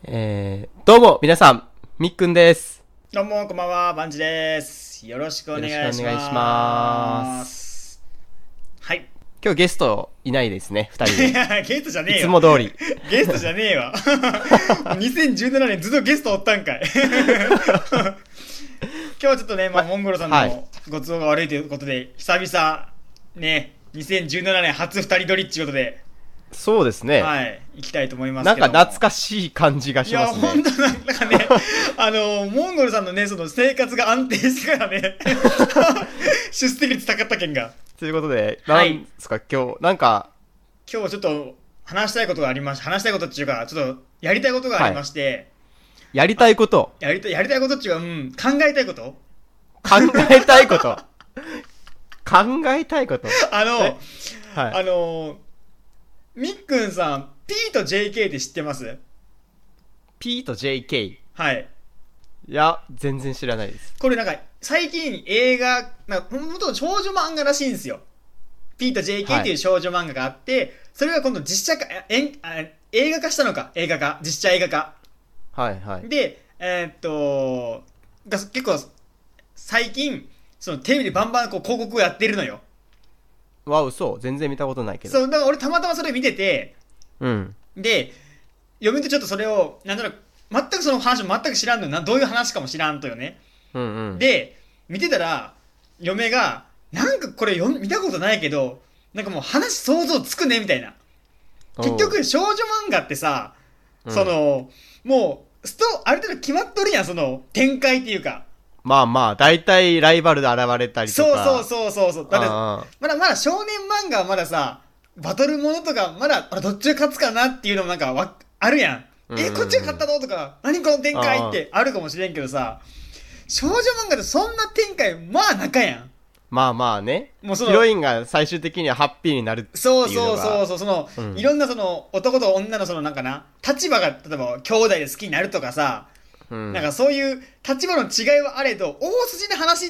どうも、皆さん、みっくんです。 どうも、こんばんは、バンジです。よろしくお願いします。 よろしくお願いします。 はい。 今日ゲストいないですね、二人で。 いや、ゲストじゃねえよ。 いつも通り。 ゲストじゃねえわ。2017年ずっとゲストおったんかい。今日はちょっとね、モンゴルさんのご都合が悪いということで、久々、ね、2017年初二人撮りっていうことで、 そうですね。 はい、行きたいと思いますけど。 なんか懐かしい感じがしますね。 いや、ほんとなんかね、モンゴルさんのね、その生活が安定してからね、出席率高かった件が。 ということで、なんですか、今日、なんか。 今日ちょっと話したいことがありまして、話したいことっていうか、ちょっとやりたいことがありまして。 やりたいことやりたいことっていうか、考えたいこと考えたいこと考えたいことみっくんさん、P と JK って知ってます？ P と JK？ はい。 いや、全然知らないです。 これなんか、最近映画、ほんと少女漫画らしいんですよ。P と JK っていう少女漫画があって、それが今度実写化、映画化したのか、実写映画化。 はいはい。 で、結構、最近、そのテレビでバンバンこう広告をやってるのよ。 わ、嘘。全然見たことないけど。 そう、だから俺たまたまそれ見てて、 うん。 で、読みてちょっとそれを、なんだろう、全くその話も全く知らんのよ。どういう話かも知らんとよね。 うんうん。 で、見てたら、嫁が、なんかこれ見たことないけど、なんかもう話想像つくね、みたいな。結局、少女漫画ってさ、その、もう、ある程度決まっとるやん、その、展開っていうか。 まあまあ、大体ライバルで現れたりとか。 そう。だってまだ少年漫画はまださ、バトルものとか、まだ、どっちが勝つかなっていうのもなんかあるやん。こっちが勝ったのとか、何この展開ってあるかもしれんけどさ、少女漫画ってそんな展開、まあ中やん。 まあまあね。 もうヒロインが最終的にはハッピーになるっていうのが。 そう、いろんなその、男と女のそのなんかな、立場が、例えば兄弟で好きになるとかさ、なんかそういう立場の違いはあれど、大筋の話って、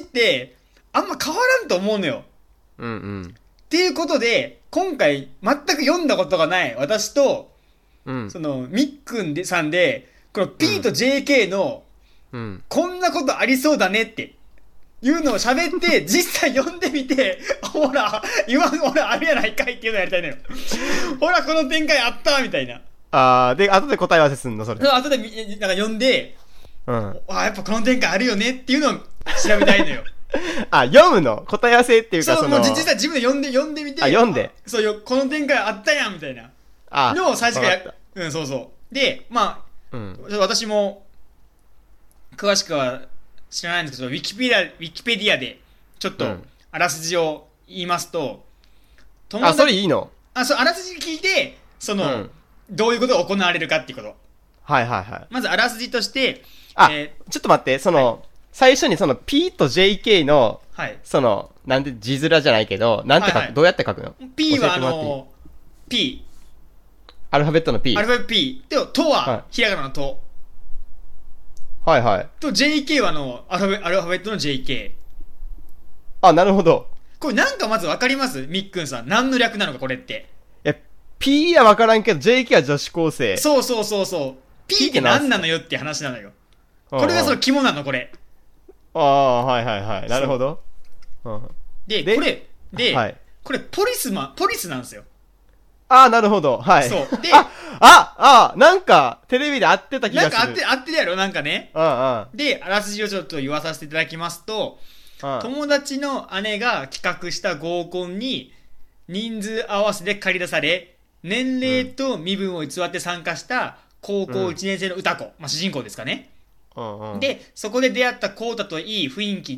あんま変わらんと思うのよ。っていうことで、今回全く読んだことがない私と、その、みっくんさんで、この P と JK の、こんなことありそうだねっていうのを喋って、実際読んでみて、ほら、俺あるやないかいっていうのやりたいのよ。ほら、この展開あったみたいな。 で、後で答え合わせすんのそれ。 後で、なんか読んで、やっぱこの展開あるよねっていうのを調べたいのよ。 読むの答え合わせっていうかそう、もう実際自分で読んでみて。 読んで。 そうよ、この展開あったやんみたいな。のを最初からそうそう。で、私も、詳しくは知らないんですけど、ウィキペディアで、ちょっと、あらすじを言いますと、 それいいの？ そう、あらすじ聞いて、その、どういうことが行われるかっていうこと。 はい。 まずあらすじとして、 ちょっと待って、最初にその P と JK の、その、なんて字面じゃないけど、なんて書く、どうやって書くの？ P はP。 アルファベットの P。 アルファベット P。で、とは、ひらがなのと。と JK はアルファベットの JK。 なるほど。 これなんかまずわかります？みっくんさん。何の略なのか、これって。 P はわからんけど、JK は女子高生。 そう。P って何なのよって話なのよ。これがその肝なの、これ。 はい。なるほど。 で、これ、ポリスなんですよ。 なるほど。はい。 そう。で、 なんか、テレビで会ってた気がする。 なんか会ってるやろなんかね。で、あらすじをちょっと言わさせていただきますと、友達の姉が企画した合コンに、人数合わせで借り出され、年齢と身分を偽って参加した高校1年生の歌子、主人公ですかね。で、そこで出会ったコウタといい雰囲気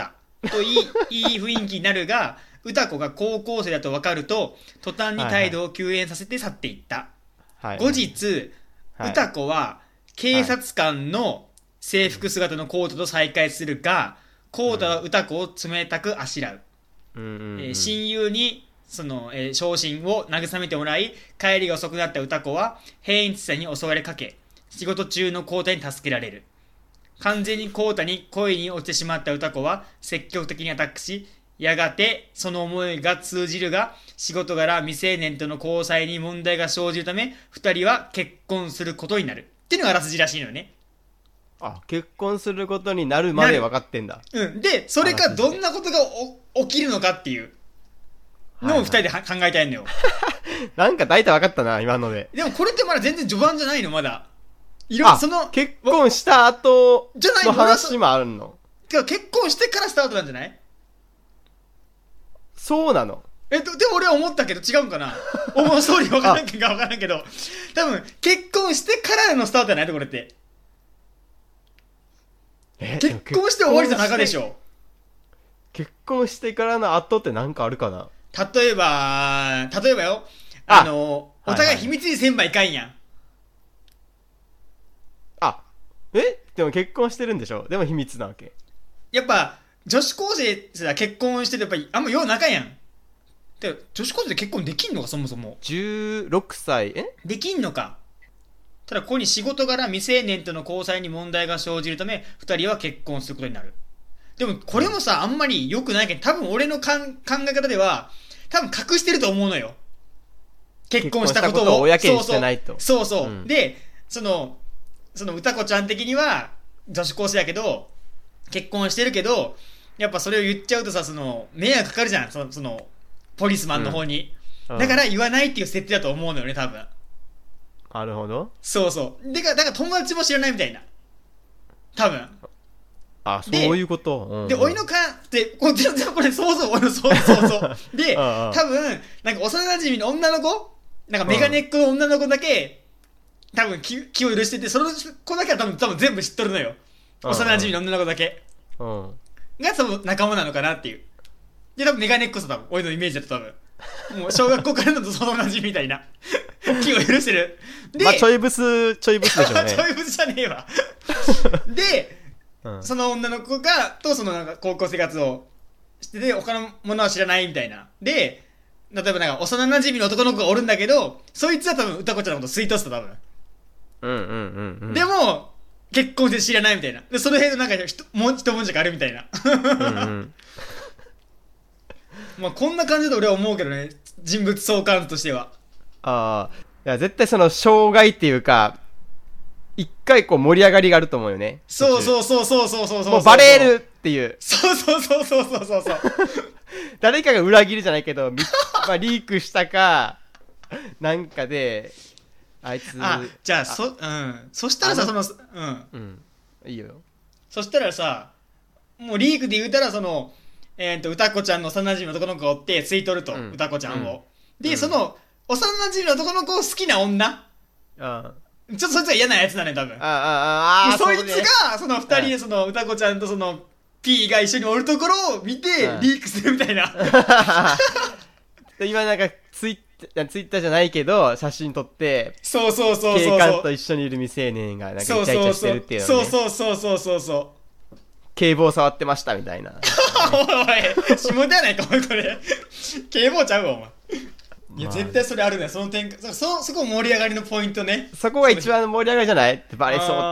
になるが、歌子が高校生だと分かると、途端に態度を急変させて去っていった。後日、歌子は警察官の制服姿のコウタと再会するが、コウタは歌子を冷たくあしらう。親友に昇進を慰めてもらい、帰りが遅くなった歌子は変質者に襲われかけ、仕事中のコウタに助けられる。完全にコウタに恋に落ちてしまった歌子は積極的にアタックし、やがてその思いが通じるが、仕事柄未成年との交際に問題が生じるため、二人は結婚することになる。 っていうのがあらすじらしいのよね。 あ、結婚することになるまで分かってんだ。 うん。で、それかどんなことが起きるのかっていうのを二人で考えたいのよ。 なんか大体分かったな、今ので。 でもこれってまだ全然序盤じゃないの、まだ。その、 結婚した後じゃないの話もあるの。 てか結婚してからスタートなんじゃない？ そうなの？ でも俺は思ったけど違うんかな。ストーリー分からんけんか分からんけど、多分結婚してからのスタートじゃないとこれって。結婚して終わりじゃなかでしょ。 結婚してからの後ってなんかあるかな。 例えばよ、お互い秘密にせんばいかんやん。 でも結婚してるんでしょ？でも秘密なわけ。 やっぱ女子高生ってさ、結婚しててやっぱりあんまよう仲やん。で女子高生で結婚できんのか、そもそも。 16歳できんのか。ただここに仕事柄未成年との交際に問題が生じるため2人は結婚することになる。でもこれもさ、あんまり良くないけど、多分俺の考え方では多分隠してると思うのよ、結婚したことを。 公にしてないと。 そう、うん、でその歌子ちゃん的には女子高生やけど結婚してるけど、やっぱそれを言っちゃうとさ、迷惑かかるじゃん、そのポリスマンの方に、だから言わないっていう設定だと思うのよね、多分。 なるほど。 そうだから友達も知らないみたいな、多分。 そういうこと。 で、おいのかってこれ想像俺の想像で多分なんか幼馴染の女の子、なんかメガネっ子の女の子だけ多分気を許してて、その子だけは多分全部知っとるのよ、幼馴染の女の子だけが多分仲間なのかなっていう。で多分メガネっ子さ、多分俺のイメージだと多分もう小学校からの幼馴染みたいな気を許してる。でちょいブスでしょうね。 ちょいブスじゃねえわで、その女の子となんか高校生活をしてて、他のものは知らないみたいな。で、例えばなんか幼馴染の男の子がおるんだけど、そいつは多分歌子ちゃんのこと吸い取すと多分。でも結婚して知らないみたいな。でその辺のなんか一文字があるみたいな。まあこんな感じで俺は思うけどね、人物相関としては。 いや絶対その障害っていうか、一回こう盛り上がりがあると思うよね。 そう。 もうバレるっていう。 そう。 誰かが裏切るじゃないけど、リークしたかなんかで、あいつ。 じゃあそしたらさ、 いいよ。 そしたらさ、もうリークで言うたら歌子ちゃんの幼馴染の男の子がおって吸い取ると、歌子ちゃんを。で、その幼馴染の男の子を好きな女。ちょっとそいつが嫌なやつなのよ、多分。そいつが、その二人でその歌子ちゃんとその P が一緒におるところを見て、リークするみたいな。 今なんかツイッターじゃないけど、写真撮って、 そう。 警官と一緒にいる未成年がなんかイチャイチャしてるっていうのね。 そう。 警棒触ってましたみたいな。 おい、下手やないか、お前これ。警棒ちゃうわ、お前。いや絶対それあるね、その展開。そこ盛り上がりのポイントね。 そこが一番盛り上がりじゃないってバレそうっていう。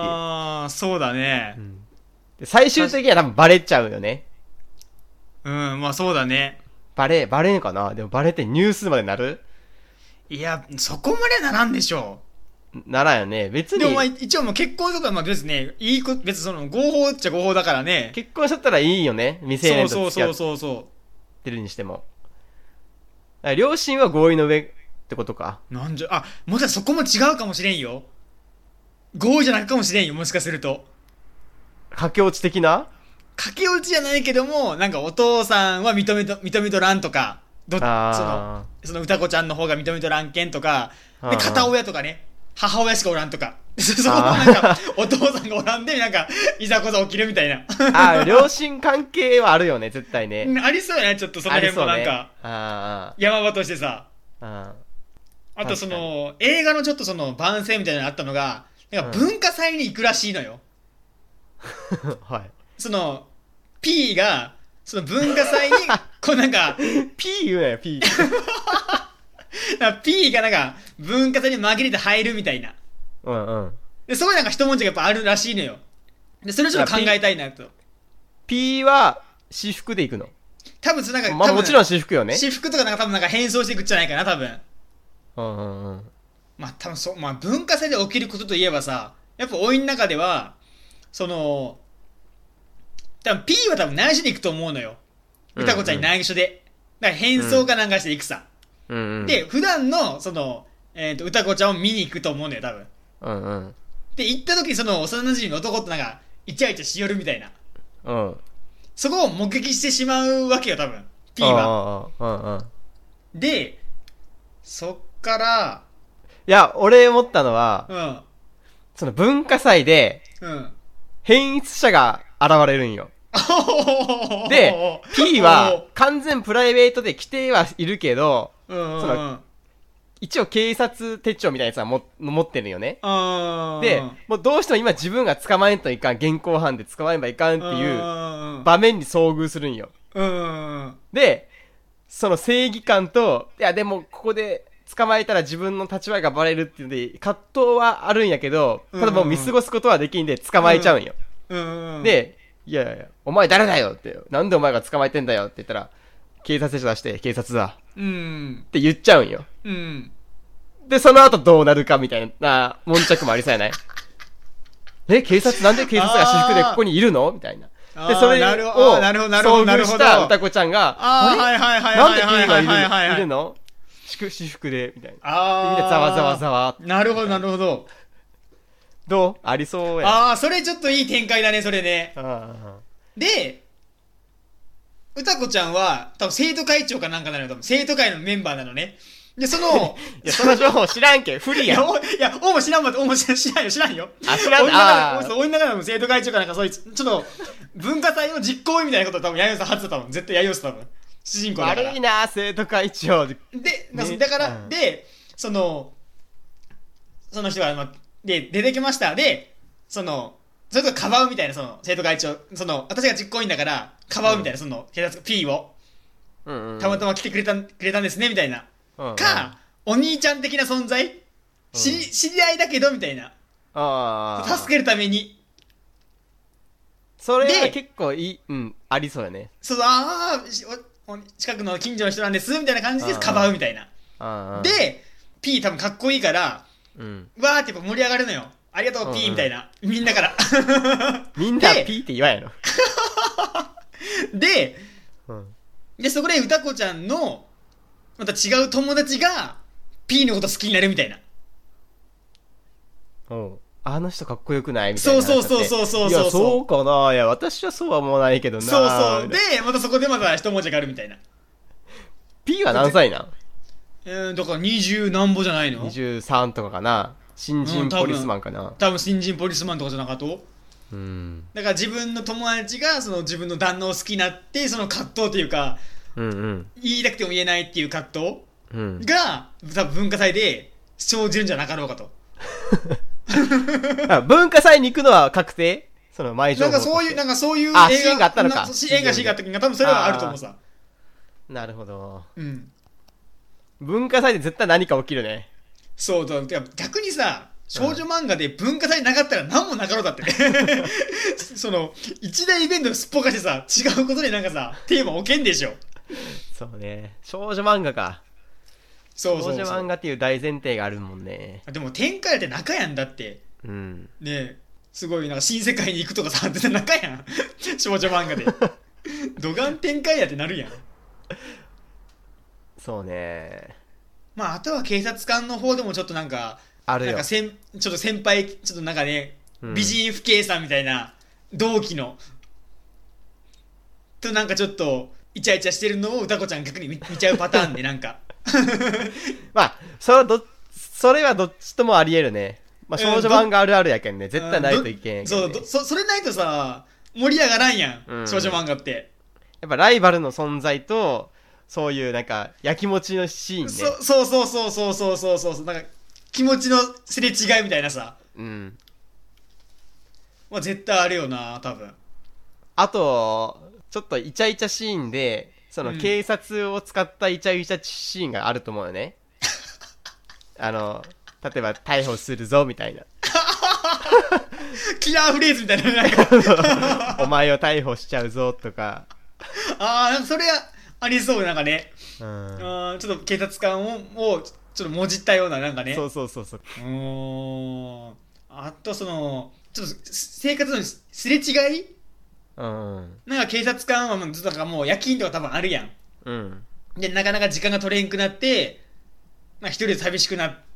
そうだね、 で最終的には多分バレちゃうよね。 まあそうだね。 バレんかな。でもバレてニュースまでなる？ いやそこまでならんでしょう。ならんよね、別に。 でも一応もう結婚とか別に別に合法っちゃ合法だからね。 結婚しちゃったらいいよね、未成年と付き合ってるにしても。両親は合意の上ってことか。 もしかしたらそこも違うかもしれんよ。合意じゃないかもしれんよ、もしかすると。 駆け落ち的な？ 駆け落ちじゃないけども、なんかお父さんは認めとらんとか、その歌子ちゃんの方が認めとらんけんとか、で片親とかね、母親しかおらんとか、そこもなんかお父さんがおらんでなんかいざこざ起きるみたいな。 両親関係はあるよね、絶対ね。 ありそうやね、ちょっとその辺もなんか、山場としてさ。あと映画のちょっと番宣みたいなのあったのが、なんか文化祭に行くらしいのよ。 はい。 P が文化祭にこうなんか P 言うなよ P。 P がなんか文化祭に紛れて入るみたいな。でそこになんか一文字がやっぱあるらしいのよ。でそれをちょっと考えたいなと。 P は私服で行くの？ 多分なんかもちろん私服よね。 私服とかなんか多分なんか変装していくんじゃないかな、多分。まあ多分まあ文化祭で起きることといえばさ、 やっぱおいの中では、その、多分 P は多分内緒に行くと思うのよ。歌子ちゃんに内緒で。だから変装かなんかして行くさ。 うんうん、 で、普段の、その、歌子ちゃんを見に行くと思うのよ、多分。 うんうん、 で、行った時にその幼馴染の男となんか、イチャイチャしよるみたいな。 うん。 そこを目撃してしまうわけよ、多分。P は。 うんうん。 で、そっから、 いや、俺思ったのは、 うん。 その文化祭で、 うん。 変質者が現れるんよ。で、P は完全プライベートで来てはいるけど、 うんうんうん、 その一応警察手帳みたいなやつは持ってるよね。で、もうどうしても今自分が捕まえんといかん、現行犯で捕まえばいかんっていう場面に遭遇するんよ。で、その正義感と、いやでもここで捕まえたら自分の立場がバレるっていうので、葛藤はあるんやけど、ただもう見過ごすことはできんで捕まえちゃうんよ。で、いやいやいや、お前誰だよって、なんでお前が捕まえてんだよって言ったら、警察手帳出して、警察だ。って言っちゃうんよ。で、その後どうなるかみたいな、悶着もありそうやない警察なんで警察が私服でここにいるのみたいな。で、それを遭遇した歌子ちゃんが、なんで P がいるの私服で、みたいな。みんなざわざわざわ。 なるほど、なるほど。 どうありそうや。 それちょっといい展開だね、それね。で、歌子ちゃんは、多分生徒会長かなんかなのよ、多分生徒会のメンバーなのね。で、その、 いや、その情報知らんけ、不利やん。 いや、おも知らんわ、おも知らんよ、知らんよ。 知らんおいの中でも生徒会長かなんか、そういう、ちょっと、文化祭の実行委員みたいなこと多分やりようさ、初だ多分。絶対やりようさ、多分。主人公だから。 悪いな、生徒会長。 で、だから、で、その人が、で、出てきました。で、それとかばうみたいな、その、生徒会長、私が実行委員だから、かばうみたいな、その、警察、P を、たまたま来てくれたんですね、みたいな。か、お兄ちゃん的な存在、知り合いだけど、みたいな。助けるために。 それは結構ありそうやね。 近くの近所の人なんです、みたいな感じでかばうみたいな。で、P 多分かっこいいから、わーってやっぱ盛り上がるのよ。ありがとう、P みたいな。みんなから。 みんな P って言わんやろ。 で、そこで歌子ちゃんの、また違う友達が、P のこと好きになるみたいな。 あの人かっこよくないみたいな。 そう。 いや、そうかな。いや、私はそうは思わないけどな。 そう。で、またそこでまた一文字があるみたいな。 P は何歳なん？ だから20何歩じゃないの？ 23 とかかな。新人ポリスマンかな。 多分新人ポリスマンとかじゃなかった？だから自分の友達がその自分の旦那を好きになって、その葛藤というか、言いたくても言えないっていう葛藤が、多分文化祭で生じるんじゃなかろうかと。 文化祭に行くのは確定？その前情報。 なんかそういうシーンがあったのか。 シーンがあった時が多分それはあると思うさ。 なるほど。文化祭で絶対何か起きるね。 そうだ。逆にさ、少女漫画で文化祭なかったら何もなかろうだってね。その、一大イベントすっぽかしてさ、違うことでなんかさ、テーマ置けんでしょ。 そうね。少女漫画か。 そう少女漫画っていう大前提があるもんね。 でも展開って中やんだって。ねえ、すごいなんか新世界に行くとかさ、って中やん。少女漫画で。ドガン展開やってなるやん。 そうね。 まあ、あとは警察官の方でもちょっとなんか、 あるよ。 なんかちょっと先輩、ちょっとなんかね、美人不敬さんみたいな、同期の、となんかちょっと、イチャイチャしてるのを歌子ちゃん逆に見ちゃうパターンでなんか。 まあ、それはどっちともあり得るね。まあ、少女漫画あるあるやけんね。絶対ないといけん、ね。 それないとさ、盛り上がらんやん、少女漫画って。 やっぱライバルの存在と、そういうなんか、やきもちのシーンね。 そう。なんか、気持ちのすれ違いみたいなさ。まあ絶対あるよな、多分。 あと、ちょっとイチャイチャシーンで、その警察を使ったイチャイチャシーンがあると思うよね。例えば逮捕するぞみたいな。 キラーフレーズみたいな、なんか。 お前を逮捕しちゃうぞとか。 それはありそう、なんかね。ちょっと警察官をちょっともじったような、なんかね。 そう。 あとそのちょっと生活のすれ違い、 うん。 なんか警察官はもうずっとなんかもう夜勤とか多分あるやん。 うん。 で、なかなか時間が取れんくなって、まあ一人で寂しくなって、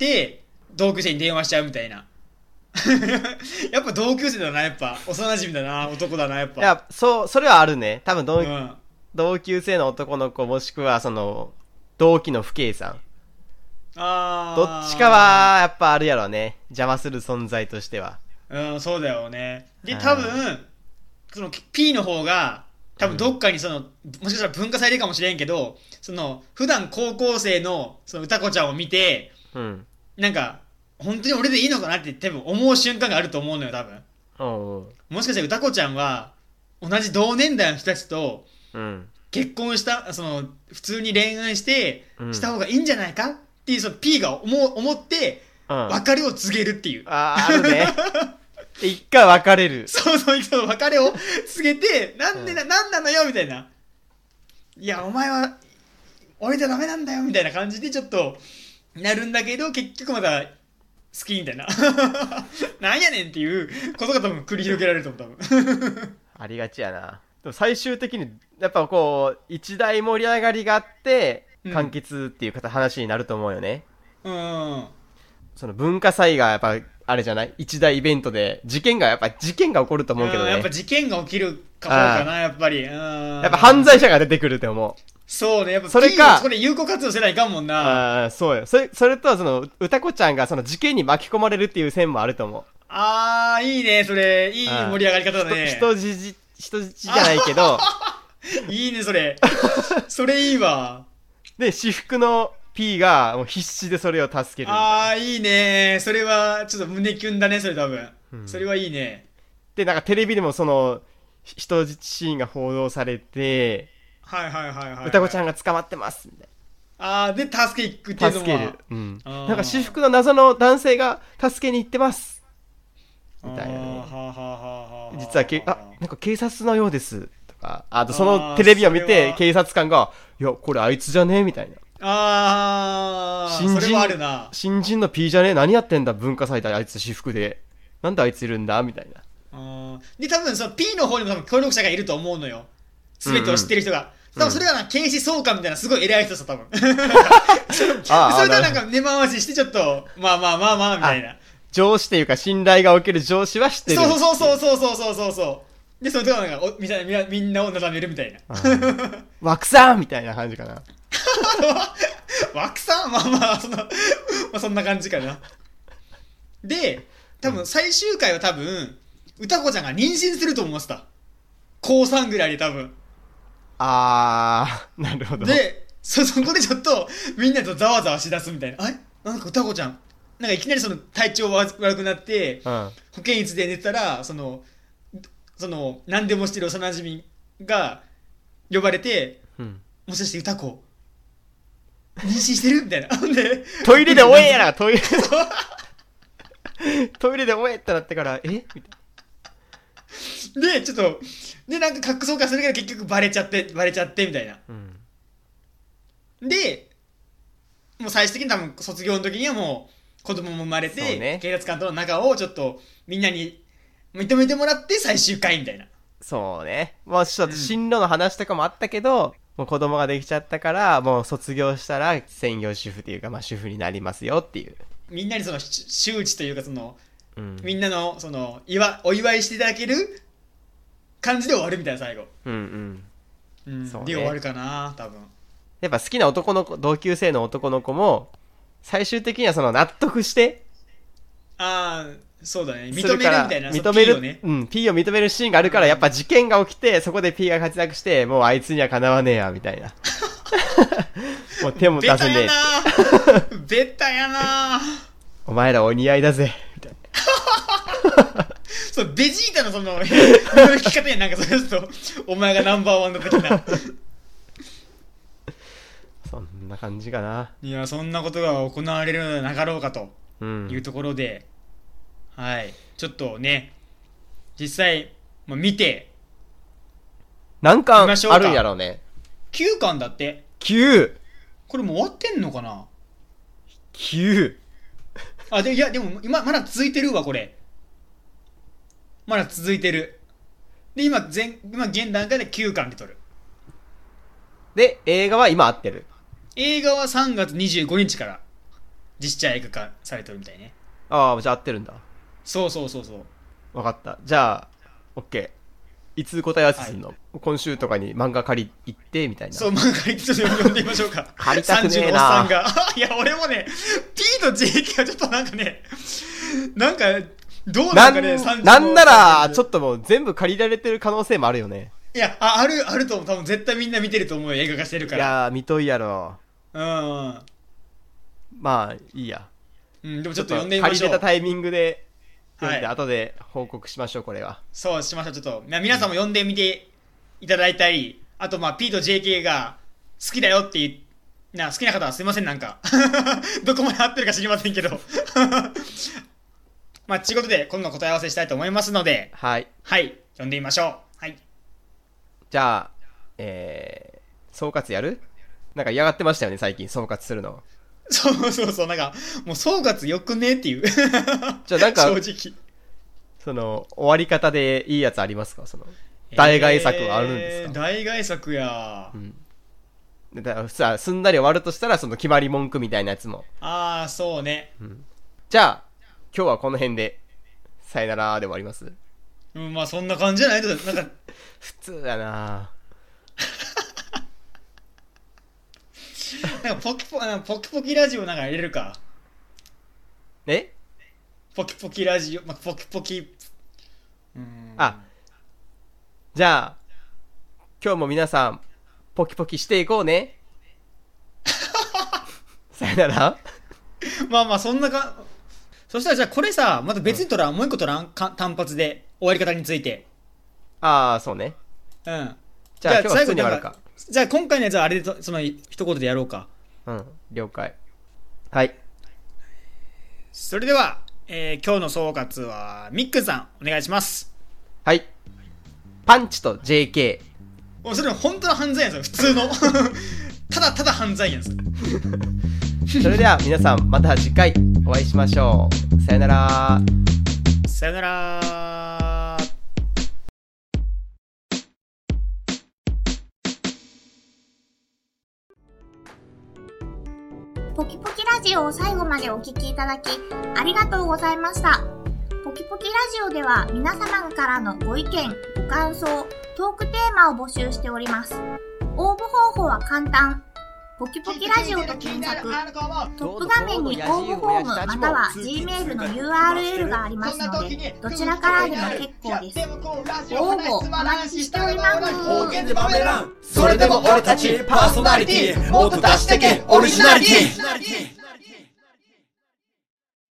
同級生に電話しちゃうみたいな。やっぱ同級生だな、やっぱ。幼馴染だな、男だな、やっぱ。 いや、それはあるね。多分うん。 同級生の男の子もしくはその、同期の父兄さん。どっちかは、やっぱあるやろね。邪魔する存在としては。 うん、そうだよね。で、多分、その P の方が、多分どっかにその、もしかしたら文化祭でかもしれんけど、その、普段高校生の、その歌子ちゃんを見て、 うん。 なんか、本当に俺でいいのかなって多分思う瞬間があると思うのよ、多分。 おうもしかして歌子ちゃんは、同じ同年代の人たちと、 うん。 結婚した、その、普通に恋愛して、 うん。 した方がいいんじゃないかっていう、その P が思って、 うん。 別れを告げるっていう。 あるね。で、一回別れる。 そうそう、その別れを告げて、 うんなんなのよみたいな。いや、お前は、俺じゃダメなんだよみたいな感じでちょっと、なるんだけど、結局まだ、好きみたいな。なんやねんっていうことが多分繰り広げられると思う、多分。 ありがちやな。でも最終的に、やっぱこう、一大盛り上がりがあって、 うん。 完結っていう話になると思うよね。 うん。 その文化祭がやっぱ、あれじゃない一大イベントで、やっぱ事件が起こると思うけどやっぱね。 事件が起きるか方かな、やっぱり。 やっぱ犯罪者が出てくると思う。 そうね、やっぱそれ P はそか、 こで有効活用せないかんもんな。 そうよ。それと、その、歌子ちゃんがその事件に巻き込まれるっていう線もあると思う。 いいね、それ。いい盛り上がり方だね。 人質じゃないけど、 いいね、それ。それいいわ。 で、私服の P がもう必死でそれを助けるみたいな。 いいね。それは、ちょっと胸キュンだね、それ多分。 うん、 それはいいね。 で、なんかテレビでもその、人質シーンが報道されて、 はいはいはいはい、 歌子ちゃんが。 が捕まってますみたいで、助け行くっていうのも。 な。助ける。うん。なんか私あ服の謎の男性が助けに行ってます。 あ、 みたいなね。 はあはあはあは実はあ。 なんか警察のようです。とか、あとそのテレビを見て警察官が、いや、これあいつじゃねみたいな。 それはあるな。 新人の P じゃね何やってんだ文化祭であいつ私服で。なんであいついるんだみたいな。 で、多分その P の方にも多分協力者がいると思うのよ。すべてを知ってる人が。多分それがな、警視総監みたいなすごい偉い人さ、多分。それとなんか根回ししてちょっと、まあまあまあまあ、みたいな。 上司っていうか信頼がおける上司は知ってる。 そうそうそうそうそうそうそうそう。で、それとかなんか、みんなをなだめるみたいな。 枠さんみたいな感じかな。 枠さんまあまあ、そんな感じかな。で、多分最終回は多分、歌子ちゃんが妊娠すると思いました。高3ぐらいで多分。 なるほど。 で、そこでちょっと、みんなとざわざわしだすみたいな。なんか歌子ちゃん、なんかいきなりその体調悪くなって、 うん。 保健室で寝てたら、何でもしてる幼馴染が呼ばれて、 うん。 もしかして歌子、妊娠してるみたいな。で、 トイレで終えやな、トイレ。トイレで終えってなってから、みたいで、ちょっと、で、なんか隠そうかするけど結局バレちゃって、みたいな。 な。うん。 で、もう最終的に多分卒業の時にはもう子供も生まれて、 そうね。 警察官との仲をちょっとみんなに認めてもらって最終回みたいな。 そうね。もうちょっとうん。 進路の話とかもあったけど、もう子供ができちゃったから、もう卒業したら専業主婦っていうか、まあ主婦になりますよっていう。 みんなにその周知というかうん。 みんなのお祝いしていただける感じで終わるみたいな最後。 うんうん。そうで終わね。 るかな、多分。 やっぱ好きな男の子、同級生の男の子も、最終的にはその納得して、 そうだね。認めするから、 るみたいな、 認め P をる、 ね。 うん、P を認めるシーンがあるから、やっぱ事件が起きて、そこで P が活躍して、もうあいつにはかなわねえや、みたいな。もう手も出せねえって。 ベタやなベタやなお前らお似合いだぜ、みたいそう、ベジータの弾き方やなんかそれと、お前がナンバーワンだ的な。 な。そんな感じかな。 いや、そんなことが行われるのではなかろうかとうん。 いうところで、はい。ちょっとね、実際、見て何み巻あるんやましょうか。 ろうね。 9巻だって。 9!9! これもう終わってんのかな。 9 いや、でも、今、まだ続いてるわ、これ。 まだ続いてる。で、今現段階で9巻で撮る。 で、映画は今合ってる。 映画は3月25日から実写映画化されてるみたいね。 ああ、じゃあ合ってるんだ。 そうそうそうそう。 わかった。じゃあ、オッケー。いつ答え合わせするの、はい、今週とかに漫画借り行ってみたいな。 そう、漫画借りってちょっと読んでみましょうか。 借りたくねえな。30のおっさんが。いや、俺もね、P と JK はちょっとなんかね、なんか、どうなんかね、 なんなら、ちょっともう全部借りられてる可能性もあるよね。 いや、あると思う。多分絶対みんな見てると思うよ。映画化してるから。 いやー、見といやろ。 うん。 まあ、いいや。 うん、でもちょっと読んでみましょう。 借りれたタイミングで、 はい、 後で報告しましょう、これは。 そうしましょう。ちょっと皆さんも読んでみていただいたり、あとP と JK が好きだよって好きな方はすいません、なんかどこまで合ってるか知りませんけどまあということで今度答え合わせしたいと思いますので、 はい読んでみましょう。はい、 じゃあ総括やる？なんか嫌がってましたよね、最近総括するの。 そうなんかもう総括よくねっていうじゃあなんか正直その終わり方でいいやつありますか？その代替作はあるんですか？ 代替作や、 だからさ、すんなり終わるとしたらその決まり文句みたいなやつも。 ああ、そうね、 じゃあ今日はこの辺でさよならで終わります？ まあそんな感じじゃないとなんか普通やななんかポキポキラジオなんか入れるか。ポキポキラジオ、ポキポキ。 じゃあ今日も皆さんポキポキしていこうねさよならまあそんなか。そしたらじゃあこれさ、また別にもう一個取らん単発で終わり方について。 そうね。じゃあ今日は普通に終わるか。 じゃあ今回のやつはあれでその一言でやろうか。 了解。はい。 それでは、今日の総括はみっくんさんお願いします。 はい。パンチと JK。 それ本当の犯罪やん、普通のただ犯罪やん。 それでは皆さんまた次回お会いしましょう。さよなら。 さよなら。 ポキポキラジオを最後までお聞きいただきありがとうございました。ポキポキラジオでは皆様からのご意見、ご感想、トークテーマを募集しております。応募方法は簡単。ポキポキラジオと検索、トップ画面に応募フォームまたは Gmail の URL がありますので、どちらからでも結構です。ご応募お待ちしております。 それでも俺たちパーソナリティもっと出してけオリジナリティ